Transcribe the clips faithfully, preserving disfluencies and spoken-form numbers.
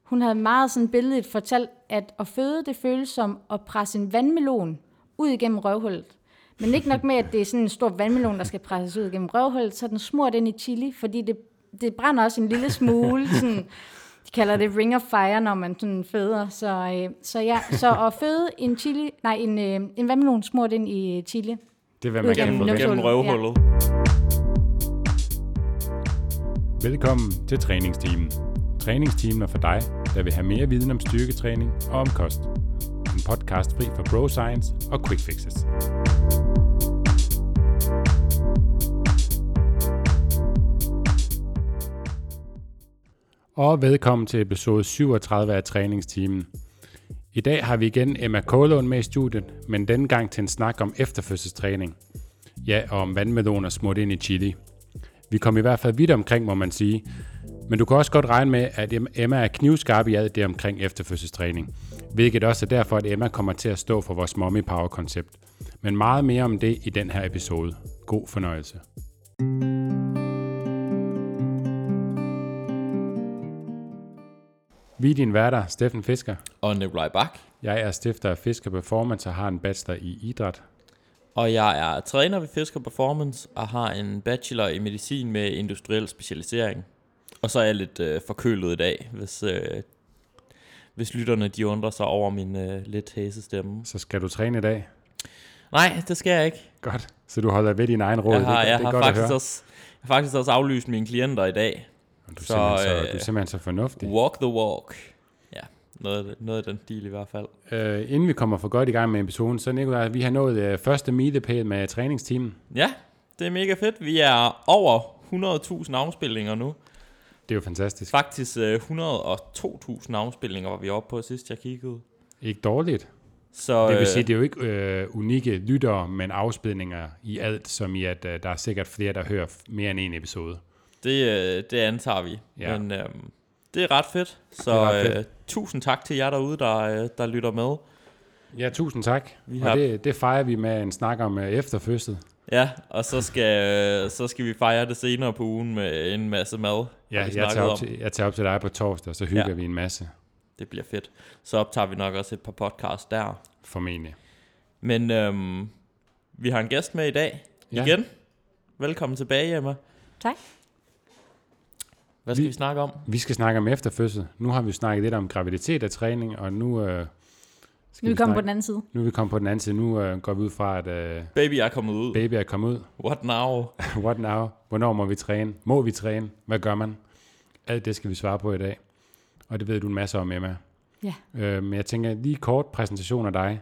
hun havde meget sådan billedligt fortalt, at at føde, det føles som at presse en vandmelon ud igennem røvhullet. Men ikke nok med, at det er sådan en stor vandmelon, der skal presses ud igennem røvhullet, så er den smurt ind i chili, fordi det, det brænder også en lille smule. Sådan, de kalder det ring of fire, når man sådan føder. Så, øh, så ja, så at føde en chili, nej, en, øh, en vandmelon smurt ind i chili. Det vil man gennem, gennem røvhullet. Ja. Velkommen til træningsteamen. Træningsteamen er for dig, der vil have mere viden om styrketræning og om kost. En podcast fri for bro science og quick fixes. Og velkommen til episode syvogtredive af træningsteamen. I dag har vi igen Emma Kålund med i studiet, men denne gang til en snak om efterfødselstræning. Ja, og om vandmeloner smurt ind i chili. Vi kom i hvert fald vidt omkring, må man sige. Men du kan også godt regne med, at Emma er knivskarp i alt det omkring efterfødselstræning. Hvilket også er derfor, at Emma kommer til at stå for vores Mommy Power-koncept. Men meget mere om det i den her episode. God fornøjelse. Vi er din værter, Steffen Fisker. Og Nikolaj Bak. Jeg er stifter af Fisker Performance og har en bachelor i idræt. Og jeg er træner ved Fisker Performance og har en bachelor i medicin med industriel specialisering. Og så er jeg lidt øh, forkølet i dag, hvis, øh, hvis lytterne de undrer sig over min øh, lidt hæse stemme. Så skal du træne i dag? Nej, det skal jeg ikke. Godt, så du holder ved din egen råd. Jeg har, det, jeg det er har, godt faktisk, også, jeg har faktisk også aflyst mine klienter i dag. Du er, så, så, øh, du er simpelthen så fornuftig. Walk the walk. Ja, noget, noget af den stil i hvert fald. Uh, inden vi kommer for godt i gang med episoden, så Nikolaj, vi har nået uh, første milepæl med træningsteamen. Ja, det er mega fedt. Vi er over hundrede tusind afspilninger nu. Det er jo fantastisk. Faktisk uh, hundrede og to tusind afspilninger var vi oppe på sidst jeg kiggede. Ikke dårligt. Så, det vil sige, det er jo ikke øh, unikke lyttere, men afspilninger i alt, som i at øh, der er sikkert flere, der hører mere end en episode. Det, øh, det antager vi, ja. Men øh, det er ret fedt. Så ret fedt. Øh, tusind tak til jer derude, der, øh, der lytter med. Ja, tusind tak. Vi og har... det, det fejrer vi med en snak om øh, efterfødsel. Ja, og så skal, øh, så skal vi fejre det senere på ugen med en masse mad. Ja, jeg tager, op til, jeg tager op til dig på torsdag, og så hygger ja. vi en masse. Det bliver fedt. Så optager vi nok også et par podcasts der. Formentlig. Men øhm, vi har en gæst med i dag. Ja. Igen. Velkommen tilbage, Emma. Tak. Hvad skal vi, vi snakke om? Vi skal snakke om efterfødsel. Nu har vi snakket lidt om graviditet og træning, og nu... Øh, nu er vi kommet på den anden side. Nu er vi kommet på den anden side. Nu øh, går vi ud fra, at... Øh, baby er kommet ud. Baby er kommet ud. What now? What now? Hvornår må vi træne? Må vi træne? Hvad gør man? Alt det skal vi svare på i dag. Og det ved du en masse om, Emma. Ja. Øh, men jeg tænker, lige kort præsentation af dig.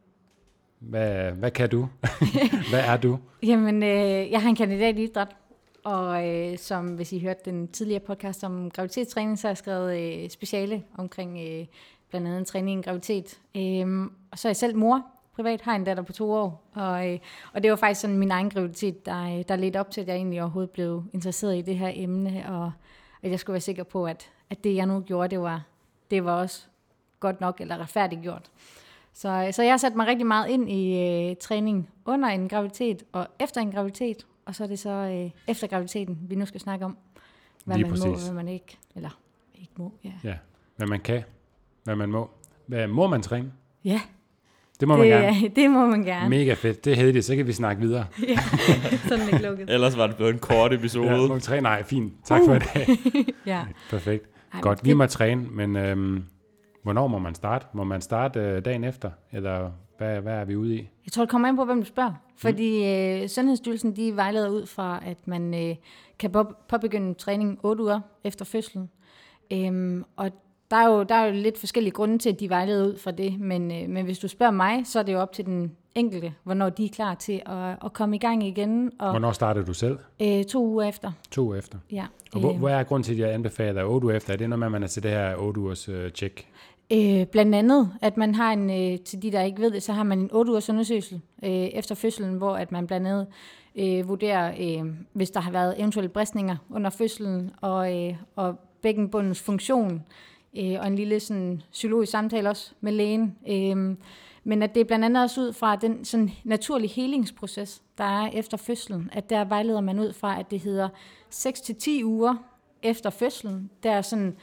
Hvad, hvad kan du? Hvad er du? Jamen, øh, jeg har en kandidat i idræt, og øh, som hvis I hørte den tidligere podcast om graviditetstræning, så har jeg skrevet øh, speciale omkring øh, blandt andet en træning i graviditet. Øh, og så er jeg selv mor, privat, har en datter på to år, og, øh, og det var faktisk sådan min egen graviditet, der, der ledte op til, at jeg egentlig overhovedet blev interesseret i det her emne, og at jeg skulle være sikker på, at, at det jeg nu gjorde, det var, det var også godt nok eller retfærdigt gjort. Så, så jeg har sat mig rigtig meget ind i øh, træning under en graviditet og efter en graviditet, og så er det så øh, efter graviditeten, vi nu skal snakke om, hvad lige man præcis. må, hvad man ikke, eller ikke må. Ja, ja. Hvad man kan, hvad man må. Hvad må man træne? Ja. Det må det, man gerne. Det må man gerne. Mega fedt. Det hedder det, så kan vi snakke videre. Ja, sådan er det lukket. Ellers var det blevet en kort episode. Ja, må vi træne? Nej, fint. Tak uh. for i dag. Ja. Perfekt. Ej, godt, det... vi må træne, men øhm, hvornår må man starte? Må man starte øh, dagen efter? Eller hvad, hvad er vi ude i? Jeg tror, det kommer ind på, hvem du spørger. Fordi øh, Sundhedsstyrelsen, de vejleder ud fra, at man øh, kan påbegynde træning otte uger efter fødslen. Øhm, og Der er, jo, der er jo lidt forskellige grunde til, at de vejleder ud fra det, men, øh, men hvis du spørger mig, så er det jo op til den enkelte, hvornår de er klar til at, at komme i gang igen. Og, hvornår startede du selv? Øh, to uger efter. To uger efter. Ja. Og hvor, hvor er grunden til, at jeg anbefaler otte uger efter? Er det noget med, at man er til det her otte ugers øh, check? Øh, blandt andet, at man har en, øh, til de der ikke ved det, så har man en otte ugers undersøgelse øh, efter fødslen, hvor at man blandt andet øh, vurderer, øh, hvis der har været eventuelle bristninger under fødslen, og, øh, og bækkenbundens funktion, Øh, og en lille sådan, psykologisk samtale også med lægen. Øh, men at det er blandt andet også ud fra den sådan, naturlige helingsproces, der er efter fødslen. At der vejleder man ud fra, at det hedder seks til ti uger efter fødslen. Der er sådan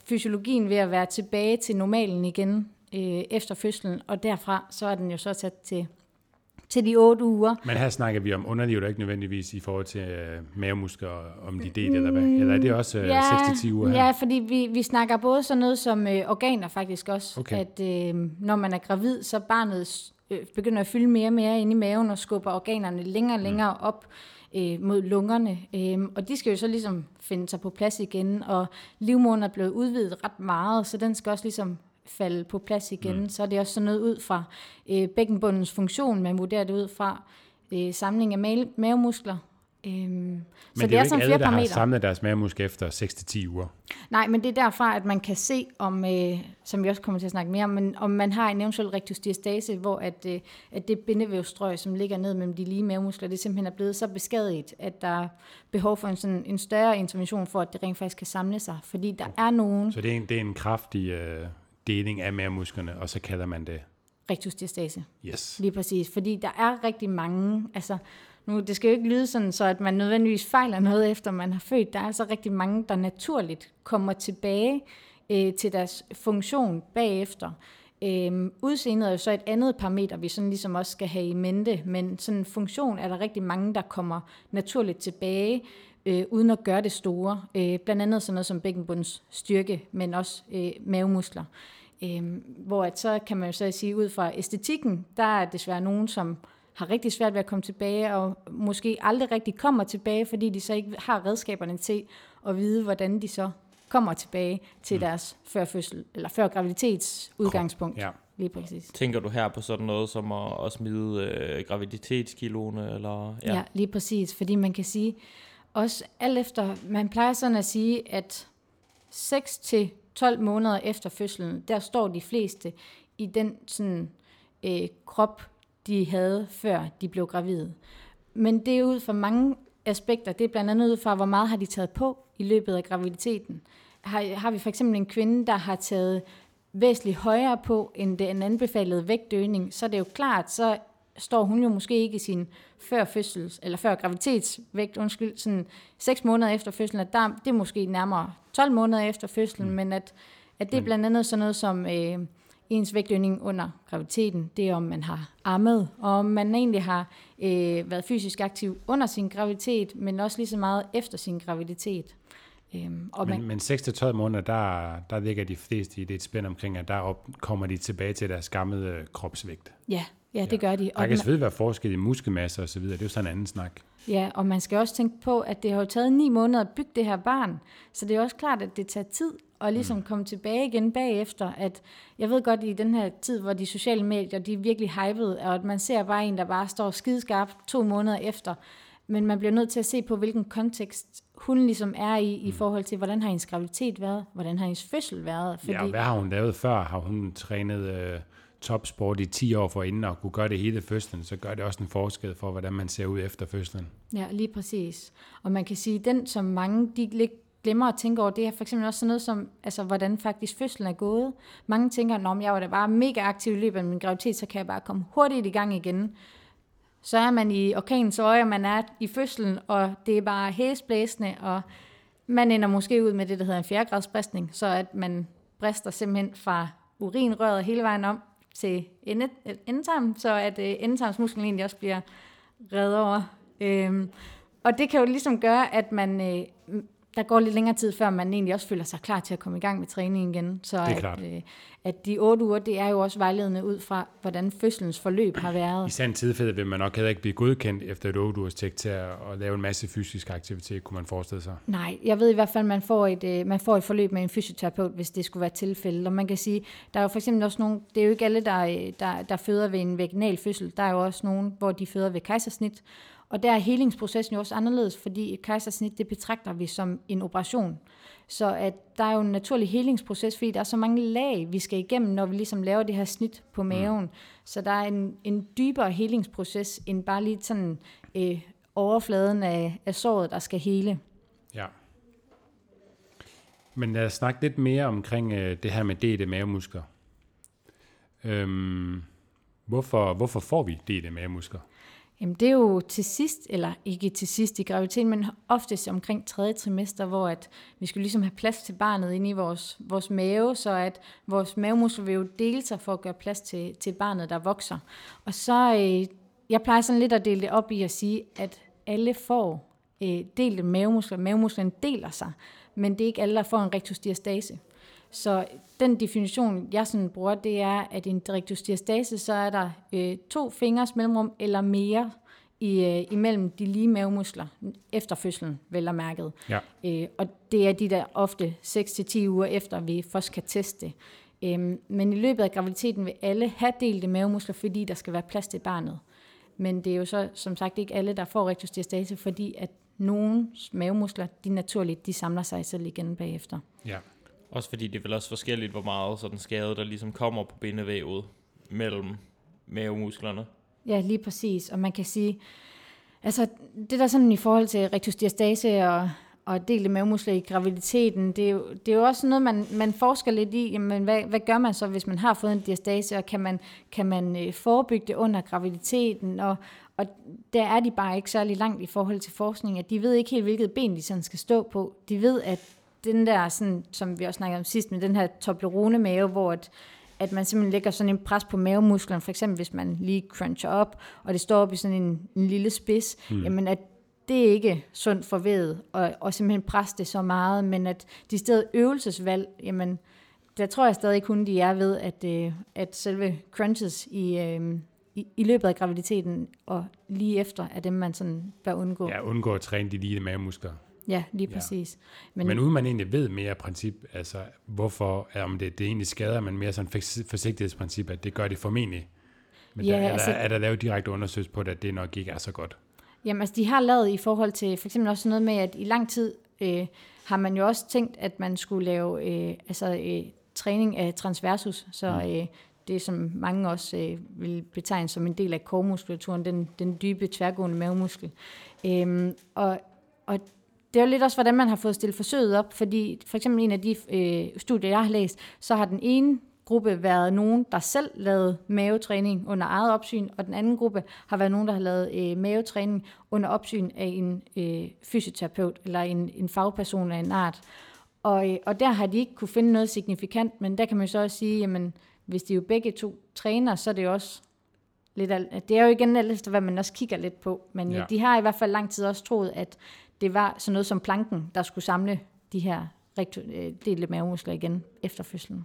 fysiologien ved at være tilbage til normalen igen øh, efter fødslen, og derfra så er den jo så sat til, til de otte uger. Men her snakker vi om underlivet, og ikke nødvendigvis i forhold til øh, mavemuskler, om de del eller hvad? Eller er det også øh, ja, seks til ti uger her? Ja, fordi vi, vi snakker både sådan noget som øh, organer faktisk også, okay. at øh, når man er gravid, så barnet øh, begynder at fylde mere og mere inde i maven og skubber organerne længere og længere mm. op øh, mod lungerne. Øh, og de skal jo så ligesom finde sig på plads igen, og livmoderen er blevet udvidet ret meget, så den skal også ligesom falde på plads igen. Mm. Så er det også sådan noget ud fra øh, bækkenbundens funktion, man vurderer det ud fra øh, samling af ma- mavemuskler. Øhm, men så det det er er jo sådan ikke flere alle, der parametre. har samlet deres mavemuskler efter seks til ti uger. Nej, men det er derfra, at man kan se, om, øh, som vi også kommer til at snakke mere om, men om man har en eventuel rektusdiastase, hvor at, øh, at det bindevævstrøg, som ligger ned mellem de lige mavemuskler, det simpelthen er blevet så beskadiget, at der er behov for en, sådan, en større intervention for, at det rent faktisk kan samle sig. Fordi der er nogen... Så det er en, det er en kraftig øh, deling af mavemusklerne, og så kalder man det... rektusdiastase. Yes. Lige præcis. Fordi der er rigtig mange... altså Nu, det skal jo ikke lyde sådan, så at man nødvendigvis fejler noget, efter man har født. Der er altså rigtig mange, der naturligt kommer tilbage øh, til deres funktion bagefter. Øh, udseendet er jo så et andet parameter, vi sådan ligesom også skal have i mente, men sådan en funktion er der rigtig mange, der kommer naturligt tilbage, øh, uden at gøre det store. Øh, blandt andet sådan noget som bækkenbundens styrke, men også øh, mavemuskler. Øh, hvor at så kan man jo så sige, ud fra æstetikken, der er desværre nogen, som har rigtig svært ved at komme tilbage, og måske aldrig rigtig kommer tilbage, fordi de så ikke har redskaberne til at vide, hvordan de så kommer tilbage til mm. deres førfødsel, eller før graviditetsudgangspunkt. Ja. Lige præcis. Tænker du her på sådan noget som at, at smide øh, graviditetskiloene? Eller, ja. ja, lige præcis, fordi man kan sige, også alt efter, man plejer sådan at sige, at seks til tolv måneder efter fødslen, der står de fleste i den sådan, øh, krop, de havde, før de blev gravide. Men det er ud fra mange aspekter. Det er blandt andet ud fra, hvor meget har de taget på i løbet af graviditeten. Har, har vi for eksempel en kvinde, der har taget væsentligt højere på end den anbefalede vægtøgning, så er det jo klart, så står hun jo måske ikke i sin før fødsels, eller før graviditetsvægt, undskyld, sådan seks måneder efter fødslen, at der, det er måske nærmere tolv måneder efter fødslen, mm. men at, at det er blandt andet sådan noget som øh, ens vægtøgning under graviditeten, det er om man har ammet, og om man egentlig har øh, været fysisk aktiv under sin graviditet, men også lige så meget efter sin graviditet. Øhm, og men, man, men seks til tolv måneder, der, der ligger de fleste i det et spænd omkring, at der op, kommer de tilbage til deres gamle kropsvægt. Ja, ja, det gør de. Der kan selvfølgelig være forskel i muskelmasse og så videre, det er jo sådan en anden snak. Ja, og man skal også tænke på, at det har jo taget ni måneder at bygge det her barn, så det er også klart, at det tager tid at ligesom mm. komme tilbage igen bagefter. At jeg ved godt, i den her tid, hvor de sociale medier, de er virkelig hypede, og at man ser bare en, der bare står skideskarpt to måneder efter, men man bliver nødt til at se på, hvilken kontekst hun ligesom er i, mm. i forhold til, hvordan har hendes graviditet været, hvordan har hendes fødsel været. Fordi... Ja, og hvad har hun lavet før? Har hun trænet øh, topsport i ti år forinden og kunne gøre det hele fødslen, så gør det også en forskel for, hvordan man ser ud efter fødslen. Ja, lige præcis. Og man kan sige, at den, som mange de glemmer at tænke over, det er for eksempel også sådan noget som, altså, hvordan faktisk fødslen er gået. Mange tænker, at jeg var da bare mega aktiv i løbet af min graviditet, så kan jeg bare komme hurtigt i gang igen. Så er man i orkanens øje, og man er i fødslen, og det er bare hæsblæsende, og man ender måske ud med det, der hedder en fjerdegradsbristning, så at man brister simpelthen fra urinrøret hele vejen om til ende, endetarmen, så at øh, endetarmsmusklen egentlig også bliver revet over. Øhm, og det kan jo ligesom gøre, at man, øh, der går lidt længere tid, før man egentlig også føler sig klar til at komme i gang med træning igen. Så at, øh, at de otte uger, det er jo også vejledende ud fra, hvordan fødselens forløb har været. I sand tilfælde vil man nok heller ikke blive godkendt efter et otte ugers tjek til at, at lave en masse fysisk aktivitet, kunne man forestille sig. Nej, jeg ved i hvert fald, at man får et, øh, man får et forløb med en fysioterapeut, hvis det skulle være tilfældet. Og man kan sige, der er jo for eksempel også nogle, det er jo ikke alle, der, der, der føder ved en vaginal fødsel. Der er jo også nogen, hvor de føder ved kejsersnit. Og der er helingsprocessen jo også anderledes, fordi et kejsersnit, det betragter vi som en operation. Så at der er jo en naturlig helingsproces, fordi der er så mange lag, vi skal igennem, når vi ligesom laver det her snit på maven. Mm. Så der er en, en dybere helingsproces, end bare lige sådan øh, overfladen af, af såret, der skal hele. Ja. Men lad os snakke lidt mere omkring øh, det her med delte mavemuskler. Øhm, hvorfor, hvorfor får vi delte mavemuskler? Jamen det er jo til sidst, eller ikke til sidst i graviditeten, men oftest omkring tredje trimester, hvor at vi skal ligesom have plads til barnet inde i vores, vores mave, så at vores mavemuskler vil jo dele sig for at gøre plads til, til barnet, der vokser. Og så, øh, jeg plejer sådan lidt at dele det op i at sige, at alle får øh, delte mavemuskler. Mavemusklerne deler sig, men det er ikke alle, der får en rektusdiastase. Så den definition, jeg sådan bruger, det er, at en rektusdiastase, så er der øh, to fingers mellemrum eller mere i, øh, imellem de lige mavemuskler efter fødslen, vel og mærket. Ja. Øh, og det er de der ofte seks til ti uger efter, vi først kan teste det. Øh, men i løbet af graviditeten vil alle have delte mavemuskler, fordi der skal være plads til barnet. Men det er jo så som sagt ikke alle, der får rektusdiastase, fordi at nogle mavemuskler, de naturligt, de samler sig selv igen bagefter. Ja. Også fordi det er vel også forskelligt, hvor meget sådan skade, der ligesom kommer på bindevævet mellem mavemusklerne. Ja, lige præcis. Og man kan sige, altså det der sådan i forhold til rektusdiastase og, og delte mavemuskler i graviditeten, det er jo, det er jo også noget, man, man forsker lidt i. Jamen, hvad, hvad gør man så, hvis man har fået en diastase, og kan man, kan man forebygge det under graviditeten? Og, og der er de bare ikke særlig langt i forhold til forskning, at de ved ikke helt, hvilket ben de sådan skal stå på. De ved, at den der, sådan, som vi også snakkede om sidst, med den her Toblerone-mave, hvor at, at man simpelthen lægger sådan en pres på mavemusklerne, for eksempel hvis man lige cruncher op, og det står op i sådan en, en lille spids, mm. jamen at det er ikke sundt for vævet, og, og simpelthen presse det så meget, men at de stedet øvelsesvalg, jamen der tror jeg stadig kun, de er ved, at, øh, at selve crunches i, øh, i, i løbet af graviditeten, og lige efter, er dem, man sådan bør undgå. Ja, undgå at træne de lige mavemuskler. Ja, lige præcis. Ja. Men, men uden man egentlig ved mere princip, altså hvorfor, om det, det egentlig skader, men mere sådan forsigtighedsprincip, at det gør det formentlig. Men ja, der, altså, er, der, er der lavet direkte undersøgelse på det, at det nok ikke er så godt? Jamen altså, de har lavet i forhold til for eksempel også noget med, at i lang tid øh, har man jo også tænkt, at man skulle lave øh, altså, øh, træning af transversus, så mm. øh, det som mange også øh, vil betegne som en del af core-muskulaturen, den, den dybe tværgående mavemuskel. Øhm, og, og det er jo lidt også, hvordan man har fået stillet forsøget op, fordi for eksempel en af de øh, studier, jeg har læst, så har den ene gruppe været nogen, der selv lavede mavetræning under eget opsyn, og den anden gruppe har været nogen, der har lavet øh, mavetræning under opsyn af en øh, fysioterapeut, eller en, en fagperson af en art. Og, øh, og der har de ikke kunne finde noget signifikant, men der kan man så også sige, jamen, hvis de jo begge to træner, så er det jo også lidt af, det er jo igen alt efter, hvad man også kigger lidt på, men ja. De har i hvert fald lang tid også troet, at det var sådan noget som planken, der skulle samle de her delte mavemuskler igen efter fødslen.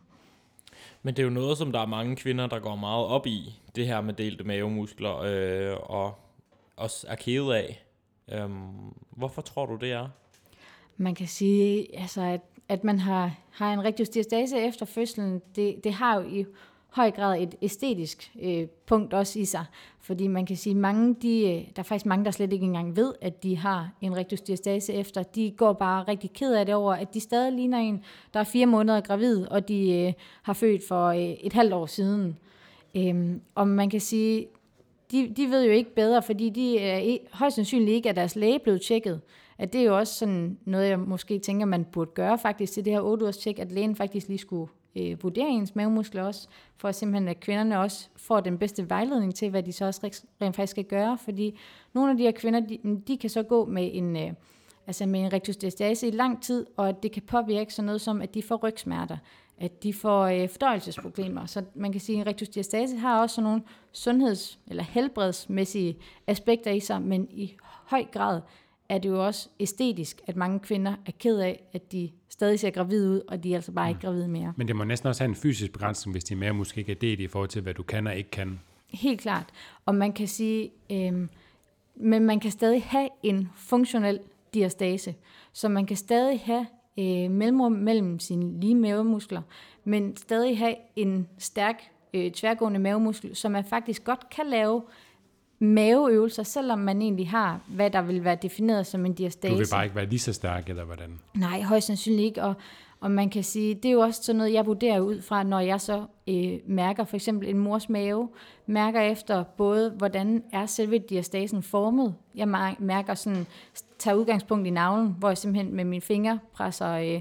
Men det er jo noget, som der er mange kvinder, der går meget op i, det her med delte mavemuskler, øh, og også er kede af. Øhm, hvorfor tror du, det er? Man kan sige, altså, at, at man har, har en rektusdiastase efter fødslen, det, det har jo i høj grad et æstetisk øh, punkt også i sig, fordi man kan sige, mange de, der er faktisk mange, der slet ikke engang ved, at de har en rektusdiastase efter. De går bare rigtig ked af det over, at de stadig ligner en, der er fire måneder gravid, og de øh, har født for øh, et halvt år siden. Øhm, og man kan sige, de, de ved jo ikke bedre, fordi de er højst sandsynligt ikke, at deres læge blevet tjekket. At det er jo også sådan noget, jeg måske tænker, man burde gøre faktisk til det her otte ugers tjek, at lægen faktisk lige skulle øh, vurdere ens mavemuskler også, for simpelthen at kvinderne også får den bedste vejledning til, hvad de så også rent faktisk skal gøre, fordi nogle af de her kvinder, de, de kan så gå med en, øh, altså med en rektusdiastase i lang tid, og at det kan påvirke sådan noget som, at de får rygsmerter, at de får øh, fordøjelsesproblemer. Så man kan sige, at en rektusdiastase har også sådan nogle sundheds- eller helbredsmæssige aspekter i sig, men i høj grad er det jo også æstetisk, at mange kvinder er ked af, at de stadig ser gravide ud, og de er altså bare ikke gravide mere. Men det må næsten også have en fysisk begrænsning, hvis din mave måske ikke er delt i forhold til, hvad du kan og ikke kan. Helt klart. Og man kan sige, øh, men man kan stadig have en funktionel diastase, så man kan stadig have øh, mellemrum mellem sine lige mavemuskler, men stadig have en stærk øh, tværgående mavemuskel, som man faktisk godt kan lave maveøvelser, selvom man egentlig har, hvad der vil være defineret som en diastase. Du vil bare ikke være lige så stærk, eller hvordan? Nej, højst sandsynligt ikke, og, og man kan sige, det er jo også sådan noget, jeg vurderer ud fra, når jeg så øh, mærker for eksempel en mors mave, mærker efter både, hvordan er selve diastasen formet. Jeg mærker sådan, tager udgangspunkt i navlen, hvor jeg simpelthen med mine fingre presser øh,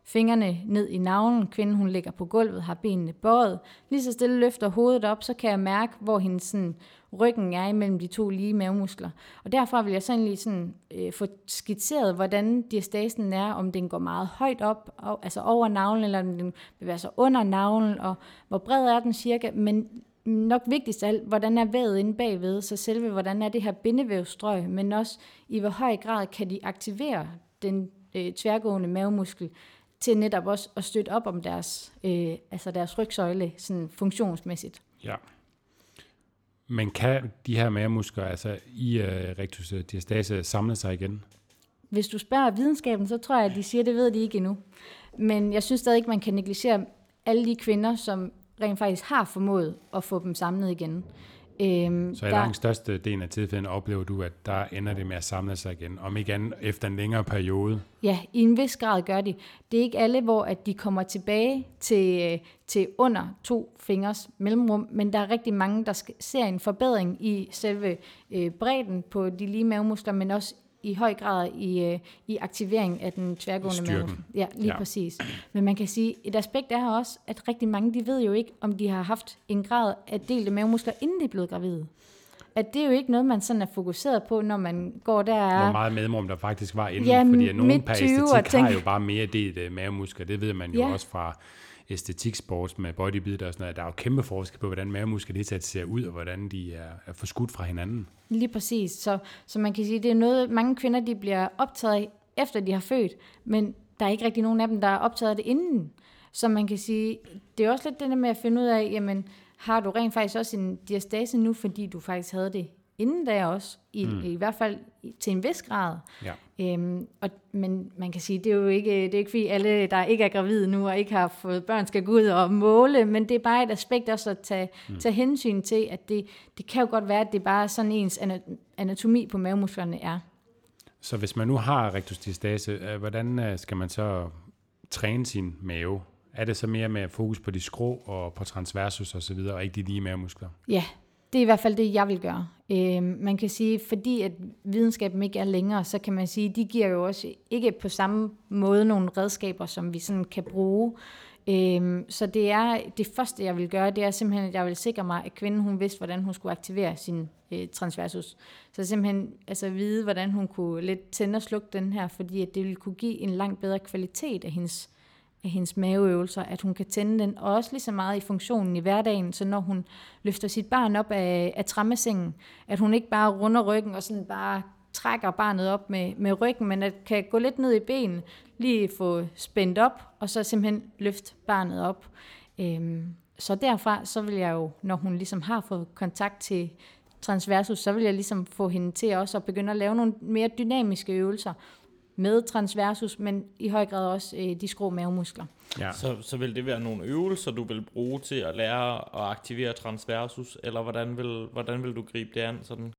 fingrene ned i navlen. Kvinden, hun ligger på gulvet, har benene bøjet. Lige så stille løfter hovedet op, så kan jeg mærke, hvor hendes sådan, ryggen er imellem de to lige mavemuskler. Og derfra vil jeg sådan lige sådan, øh, få skitseret, hvordan diastasen er, om den går meget højt op, og, altså over navlen, eller om den bevæger sig under navlen, og hvor bred er den cirka, men nok vigtigst af alt, hvordan er vævet inde bagved, så selve, hvordan er det her bindevævstrøg, men også i hvor høj grad kan de aktivere den øh, tværgående mavemuskel, til netop også at støtte op om deres, øh, altså deres rygsøjle, sådan funktionsmæssigt. Ja. Men kan de her mavemuskler, altså i øh, rectus diastase, samle sig igen? Hvis du spørger videnskaben, så tror jeg, at de siger, at det ved de ikke endnu. Men jeg synes stadig ikke, man kan negligere alle de kvinder, som rent faktisk har formået at få dem samlet igen. Øhm, så i langt største del af tilfælden oplever du, at der ender det med at samle sig igen, om ikke andet efter en længere periode? Ja, i en vis grad gør de. Det er ikke alle, hvor at de kommer tilbage til, til under to fingers mellemrum, men der er rigtig mange, der ser en forbedring i selve øh, bredden på de lige mavemuskler, men også i høj grad i, øh, i aktivering af den tværgående mavemuskel. Ja, lige ja. Præcis. Men man kan sige, et aspekt er også, at rigtig mange, de ved jo ikke, om de har haft en grad af delte mavemuskler, inden de er blevet gravide. At det er jo ikke noget, man sådan er fokuseret på, når man går der. Hvor meget mellemrum der faktisk var inden, ja, fordi nogen per æstetik tænk... har jo bare mere delt mavemuskler. Det ved man jo ja. også fra æstetiksport med bodybuilder og sådan noget. Der er jo kæmpe forskel på, hvordan mavemuskler det taget ser ud, og hvordan de er, er forskudt fra hinanden. Lige præcis. Så, så man kan sige, det er noget, mange kvinder de bliver optaget af, efter de har født, men der er ikke rigtig nogen af dem, der er optaget af det inden. Så man kan sige, det er også lidt det der med at finde ud af, jamen, har du rent faktisk også en diastase nu, fordi du faktisk havde det inden da også, i, mm. i hvert fald til en vis grad. Ja. Øhm, og, men man kan sige, det er jo ikke, det er ikke fordi alle, der ikke er gravide nu, og ikke har fået børn, skal gå ud og måle, men det er bare et aspekt også at tage, mm. tage hensyn til, at det, det kan jo godt være, at det bare sådan ens anatomi på mavemusklerne er. Så hvis man nu har rectus diastase, hvordan skal man så træne sin mave? Er det så mere med fokus på de skrå og på transversus og så videre, og ikke de lige mavemuskler? Ja, det er i hvert fald det, jeg vil gøre. Øh, man kan sige, fordi at videnskaben ikke er længere, så kan man sige, de giver jo også ikke på samme måde nogle redskaber, som vi sådan kan bruge. Øh, så det er det første, jeg vil gøre, det er simpelthen, at jeg vil sikre mig, at kvinden hun vidste, hvordan hun skulle aktivere sin øh, transversus. Så simpelthen altså vide, hvordan hun kunne lidt tænde og slukke den her, fordi at det ville kunne give en langt bedre kvalitet af hendes af hendes maveøvelser, at hun kan tænde den, og også lige så meget i funktionen i hverdagen, så når hun løfter sit barn op af, af trammesengen, at hun ikke bare runder ryggen og sådan bare trækker barnet op med, med ryggen, men at kan gå lidt ned i benen, lige få spændt op, og så simpelthen løfte barnet op. Øhm, så derfra, så vil jeg jo, når hun ligesom har fået kontakt til transversus, så vil jeg ligesom få hende til også at begynde at lave nogle mere dynamiske øvelser, med transversus, men i høj grad også øh, de skrå mavemuskler. Ja. Så, så vil det være nogle øvelser, du vil bruge til at lære at aktivere transversus, eller hvordan vil, hvordan vil du gribe det an? Sådan?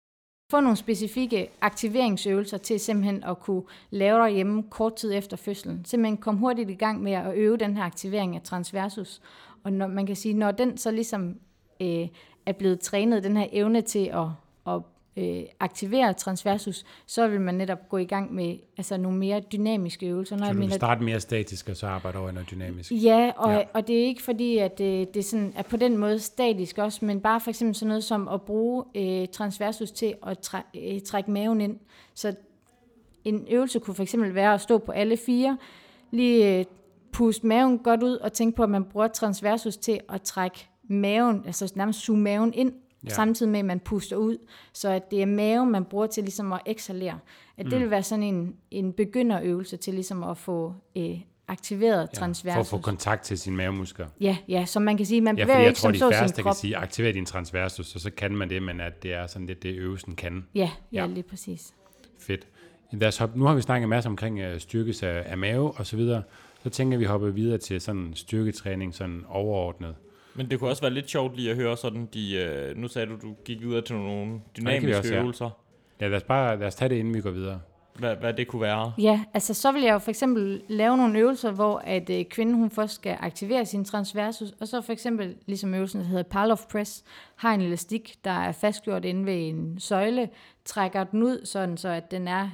Få nogle specifikke aktiveringsøvelser til simpelthen at kunne lave derhjemme kort tid efter fødslen. Simpelthen komme hurtigt i gang med at øve den her aktivering af transversus. Og når, man kan sige, når den så ligesom øh, er blevet trænet, den her evne til at, at Øh, aktivere transversus, så vil man netop gå i gang med altså nogle mere dynamiske øvelser. Når så jeg du mener, vil starte mere statisk, og så arbejde over noget dynamisk? Ja, og, ja. og det er ikke fordi, at det, det sådan er på den måde statisk også, men bare for eksempel sådan noget som at bruge øh, transversus til at træ, øh, trække maven ind. Så en øvelse kunne for eksempel være at stå på alle fire, lige øh, puste maven godt ud, og tænke på, at man bruger transversus til at trække maven, altså nærmest suge maven ind, ja. Samtidig med, at man puster ud, så at det er maven, man bruger til ligesom at eksalere. At mm. det vil være sådan en, en begynderøvelse til ligesom at få øh, aktiveret ja, transversus. For at få kontakt til sine mavemuskler. Ja, ja, så man kan sige, man ja, bevæger ikke som så sin krop. Jeg tror, de færreste kan sige, aktiver din transversus, og så kan man det, men at det er sådan lidt det, øvelsen kan. Ja, ja, ja. Lige præcis. Fedt. Lad os hoppe, nu har vi snakket en masse omkring uh, styrkelse af, af mave og så videre. Så tænker vi hoppe videre til sådan styrketræning, sådan overordnet. Men det kunne også være lidt sjovt lige at høre sådan, de, øh, nu sagde du, du gik videre til nogle dynamiske også, ja. øvelser. Ja, lad os, bare, lad os tage det, inden vi går videre. Hvad, hvad det kunne være? Ja, altså så vil jeg jo for eksempel lave nogle øvelser, hvor at øh, kvinden hun først skal aktivere sin transversus, og så for eksempel, ligesom øvelsen, der hedder Parloff Press, har en elastik, der er fastgjort inde ved en søjle, trækker den ud, sådan så at den er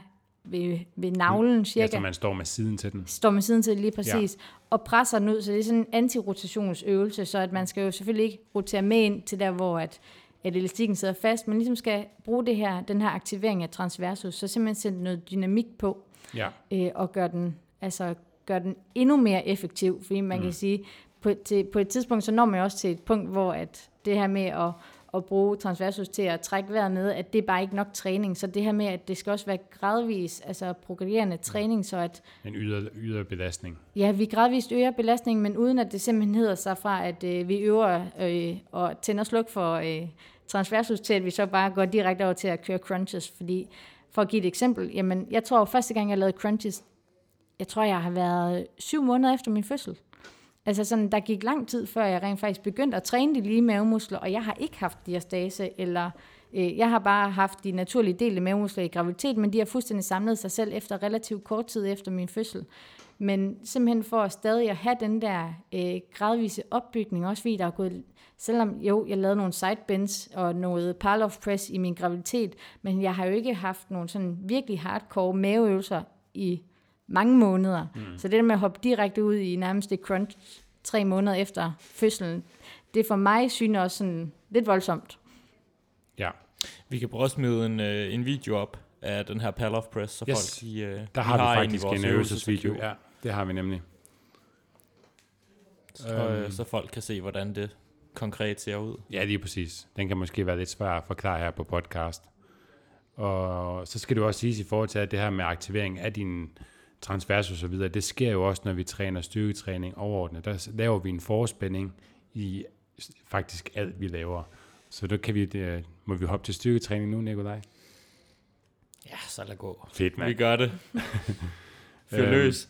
ved, ved navlen cirka. Ja, så man står med siden til den. Står med siden til lige præcis. Ja. Og presser den ud, så det er sådan en antirotationsøvelse, så at man skal jo selvfølgelig ikke rotere med ind til der, hvor at, at elastikken sidder fast, men ligesom skal bruge det her, den her aktivering af transversus, så simpelthen sætte noget dynamik på, ja. øh, og gøre den, altså, gør den endnu mere effektiv, fordi man mm. kan sige, på, til, på et tidspunkt, så når man også til et punkt, hvor at det her med at at bruge transversus til at trække vejret ned, at det er bare ikke nok træning. Så det her med, at det skal også være gradvis, altså progredierende træning, så at... En yder, yder belastning. Ja, vi gradvist øger belastningen, men uden at det simpelthen hedder sig fra, at øh, vi øver øh, og tænder sluk for øh, transversus til, at vi så bare går direkte over til at køre crunches. Fordi, for at give et eksempel, jamen, jeg tror, første gang jeg lavede crunches, jeg tror, jeg har været syv måneder efter min fødsel. Altså sådan, der gik lang tid, før jeg rent faktisk begyndte at træne de lige mavemuskler, og jeg har ikke haft diastase, eller øh, jeg har bare haft de naturlige delte mavemuskler i graviditet, men de har fuldstændig samlet sig selv efter relativt kort tid efter min fødsel. Men simpelthen for at stadig at have den der øh, gradvise opbygning, også fordi der er gået, selvom jo, jeg lavede nogle sidebends og noget Parloff press i min graviditet, men jeg har jo ikke haft nogle sådan virkelig hardcore maveøvelser i mange måneder. Mm. Så det der med at hoppe direkte ud i nærmest et crunch tre måneder efter fødslen, det for mig synes også sådan lidt voldsomt. Ja. Vi kan prøve at smide en, øh, en video op af den her Parloff press, så yes. folk de, øh, der har, har vi faktisk en øvelsesvideo. Ja, det har vi nemlig. Så, øh, så folk kan se, hvordan det konkret ser ud. Ja, lige præcis. Den kan måske være lidt svær at forklare her på podcast. Og så skal du også sige i forhold til, at det her med aktivering af din transversus og så videre, det sker jo også, når vi træner styrketræning overordnet. Der laver vi en forspænding i faktisk alt, vi laver. Så der kan vi, det, må vi hoppe til styrketræning nu, Nikolaj? Ja, så lad gå. Fedt, mand. Vi gør det. Fyr løs.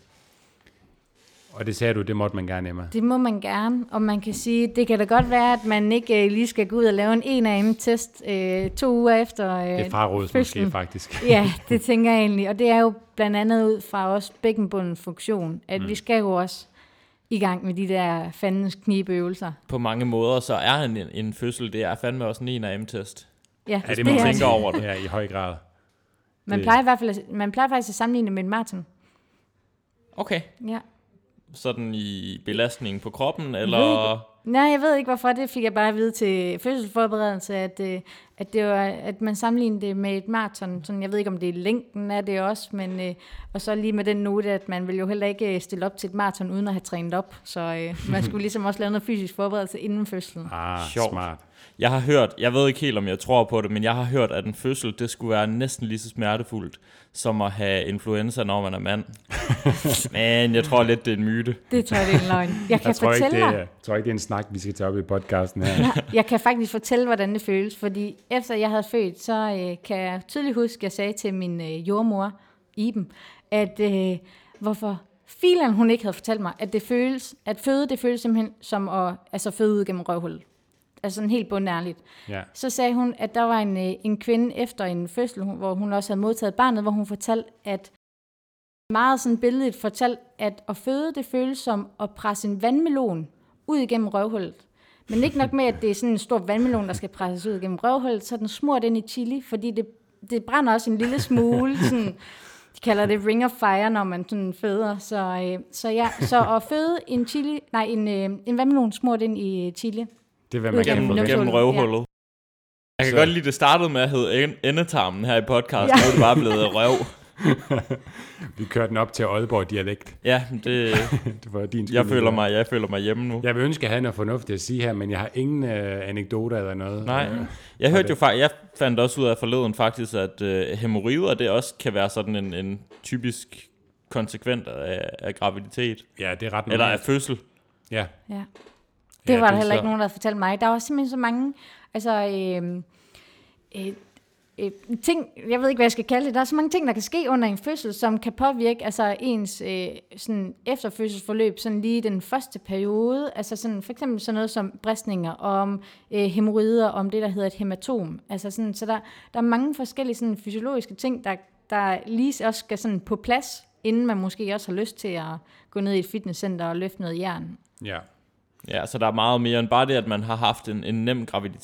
Og det sagde du, det måtte man gerne, Emma. Det må man gerne, og man kan sige, det kan da godt være, at man ikke øh, lige skal gå ud og lave en en A M-test øh, to uger efter øh, det er frarådet måske, faktisk. Ja, det tænker jeg egentlig, og det er jo blandt andet ud fra også bækkenbundens funktion, at mm. vi skal jo også i gang med de der fandens knibeøvelser. På mange måder, så er en, en fødsel, det er fandme også en en A M-test. Ja, ja, det man tænker det. over det. Ja, i høj grad. Man plejer i hvert fald, at, man plejer faktisk at sammenligne med en maraton. Okay. Ja. Sådan i belastningen på kroppen, eller? Nej, jeg ved ikke hvorfor. Det fik jeg bare at vide til fødselsforberedelse, at, at, det var, at man sammenlignede det med et maraton. Sådan, jeg ved ikke, om det er længden af det også, men og så lige med den note, at man vil jo heller ikke stille op til et maraton uden at have trænet op. Så øh, man skulle ligesom også lave noget fysisk forberedelse inden fødslen. Ah, sjovt. Smart. Jeg har hørt, jeg ved ikke helt, om jeg tror på det, men jeg har hørt, at en fødsel, det skulle være næsten lige så smertefuldt, som at have influenza, når man er mand. Men jeg tror lidt, det er en myte. Det tror jeg, det er en løgn. Jeg kan jeg tror fortælle ikke, det er, dig. Jeg tror ikke, det er en snak, vi skal tage op i podcasten her. Ja, jeg kan faktisk fortælle, hvordan det føles, fordi efter jeg havde født, så øh, kan jeg tydeligt huske, at jeg sagde til min øh, jordmor, Iben, at øh, hvorfor filen hun ikke havde fortalt mig, at det føles, at føde, det føles simpelthen som at altså føde ud gennem røvhullet. Altså sådan helt bundærligt. Ja. Så sagde hun, at der var en, en kvinde efter en fødsel, hvor hun også havde modtaget barnet, hvor hun fortalte, at meget sådan billedet fortalte, at at føde, det føles som at presse en vandmelon ud igennem røvhullet. Men ikke nok med, at det er sådan en stor vandmelon, der skal presses ud igennem røvhullet, så er den smurt ind i chili, fordi det, det brænder også en lille smule. Sådan, de kalder det ring of fire, når man sådan føder. Så, øh, så, ja, så at føde en chili, nej, en, øh, en vandmelon smurt ind i chili, det vil man gennem, gennem, gennem røvhullet. Ja. Jeg kan så godt lide, det startede med at hedde endetarmen her i podcasten, ja. Nu er det bare blevet røv. Vi kørte den op til Aalborg-dialekt. Ja, det, det var din jeg, føler mig, jeg føler mig hjemme nu. Jeg vil ønske, at jeg havde noget fornuftigt at sige her, men jeg har ingen øh, anekdoter eller noget. Nej, øh, jeg hørte jo faktisk, jeg fandt også ud af forleden faktisk, at øh, hæmorrider, det også kan være sådan en, en typisk konsekvent af, af graviditet. Ja, det er ret normalt. Eller af fødsel. Ja. Ja. Det ja, var der heller så... ikke nogen, der havde fortalt mig. Der var simpelthen så mange altså, øh, øh, øh, ting, jeg ved ikke, hvad jeg skal kalde det, der er så mange ting, der kan ske under en fødsel, som kan påvirke altså, ens øh, sådan efterfødselsforløb, sådan lige den første periode, altså sådan, for eksempel sådan noget som bristninger, om øh, hæmorrider, om det, der hedder et hematom. Altså sådan, så der, der er mange forskellige sådan, fysiologiske ting, der, der lige også skal sådan, på plads, inden man måske også har lyst til at gå ned i et fitnesscenter og løfte noget jern. Ja. Ja, så der er meget mere end bare det, at man har haft en, en nem graviditet.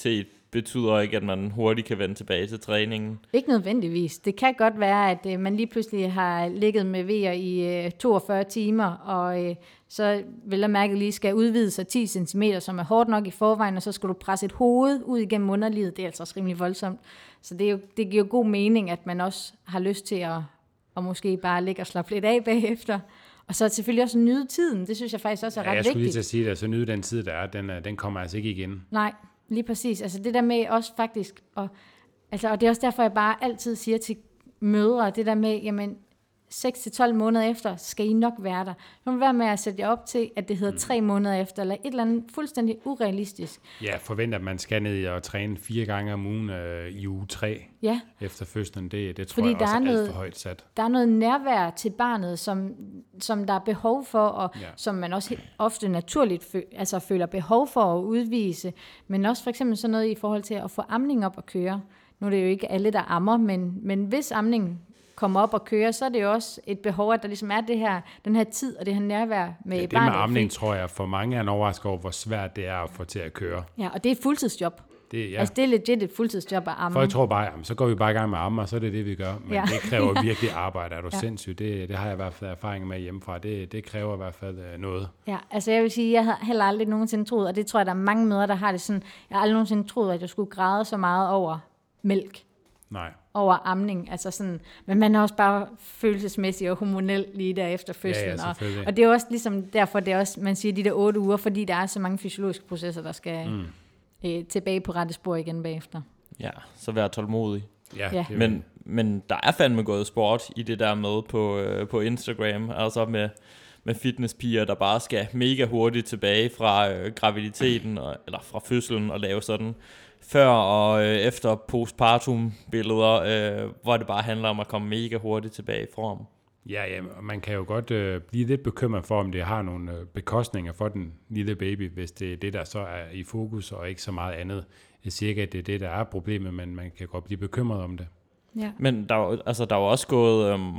betyder ikke, at man hurtigt kan vende tilbage til træningen. Ikke nødvendigvis. Det kan godt være, at øh, man lige pludselig har ligget med vejer i øh, toogfyrre timer, og øh, så vil jeg mærke lige skal udvide sig ti centimeter, som er hårdt nok i forvejen, og så skal du presse et hoved ud igennem underlivet. Det er altså også rimelig voldsomt. Så det, er jo, det giver jo god mening, at man også har lyst til at, at måske bare ligge og slappe lidt af bagefter. Og så selvfølgelig også nyde tiden. Det synes jeg faktisk også er ja, ret jeg vigtigt. skulle lige til at sige det, så nyde den tid, der er, den, den kommer altså ikke igen. Nej, lige præcis. Altså det der med også faktisk, og, altså, og det er også derfor, jeg bare altid siger til mødre, det der med, jamen, seks til tolv måneder efter, skal I nok være der. Nu vil være med at sætte jer op til, at det hedder tre måneder efter, eller et eller andet fuldstændig urealistisk. Ja, forvent, at man skal ned og træne fire gange om ugen øh, i uge tre ja. efter fødslen. Det, det tror Fordi jeg også er, er noget, alt for højt sat. Der er noget nærvær til barnet, som, som der er behov for, og ja. som man også ofte naturligt føl, altså føler behov for at udvise. Men også for eksempel sådan noget i forhold til at få amning op at køre. Nu er det jo ikke alle, der ammer, men, men hvis amningen kommer op og kører, så er det jo også et behov, at der ligesom er det her, den her tid og det her nærvær med ja, det barnet. Det med amning, tror jeg, for mange er en overraskelse over, hvor svært det er at få til at køre. Ja, og det er et fuldtidsjob. Det, ja. Altså, det er legit et fuldtidsjob at amme. Folk tror bare, jamen, så går vi bare i gang med at amme, og så er det det, vi gør. Men ja. det kræver virkelig arbejde. Er du ja. sindssygt? Det, det har jeg i hvert fald erfaring med hjemmefra. Det, det kræver i hvert fald uh, noget. Ja, altså jeg vil sige, jeg havde heller aldrig nogensinde troet, og det tror jeg, der er mange mødre, der har det sådan, jeg har aldrig nogensinde troet, at jeg skulle græde så meget over mælk. Nej. Over amning, altså sådan, men man er også bare følelsesmæssig og hormonel lige der efter fødslen, ja, ja, og, og det er også ligesom derfor, det er også, man siger de der otte uger, fordi der er så mange fysiologiske processer, der skal mm. øh, tilbage på rette spor igen bagefter. Ja, så vær tålmodig. Ja, ja. Men, men der er fandme gået sport i det der med på, øh, på Instagram, altså med, med fitnesspiger, der bare skal mega hurtigt tilbage fra øh, graviditeten, og, eller fra fødslen, og lave sådan før og øh, efter postpartum billeder, øh, hvor det bare handler om at komme mega hurtigt tilbage i form. Ja, ja, man kan jo godt øh, blive lidt bekymret for, om det har nogle øh, bekostninger for den lille baby, hvis det er det, der så er i fokus, og ikke så meget andet. Jeg siger ikke, at det er det, der er problemet, men man kan godt blive bekymret om det. Ja. Men der er, altså, der er jo også gået, øhm,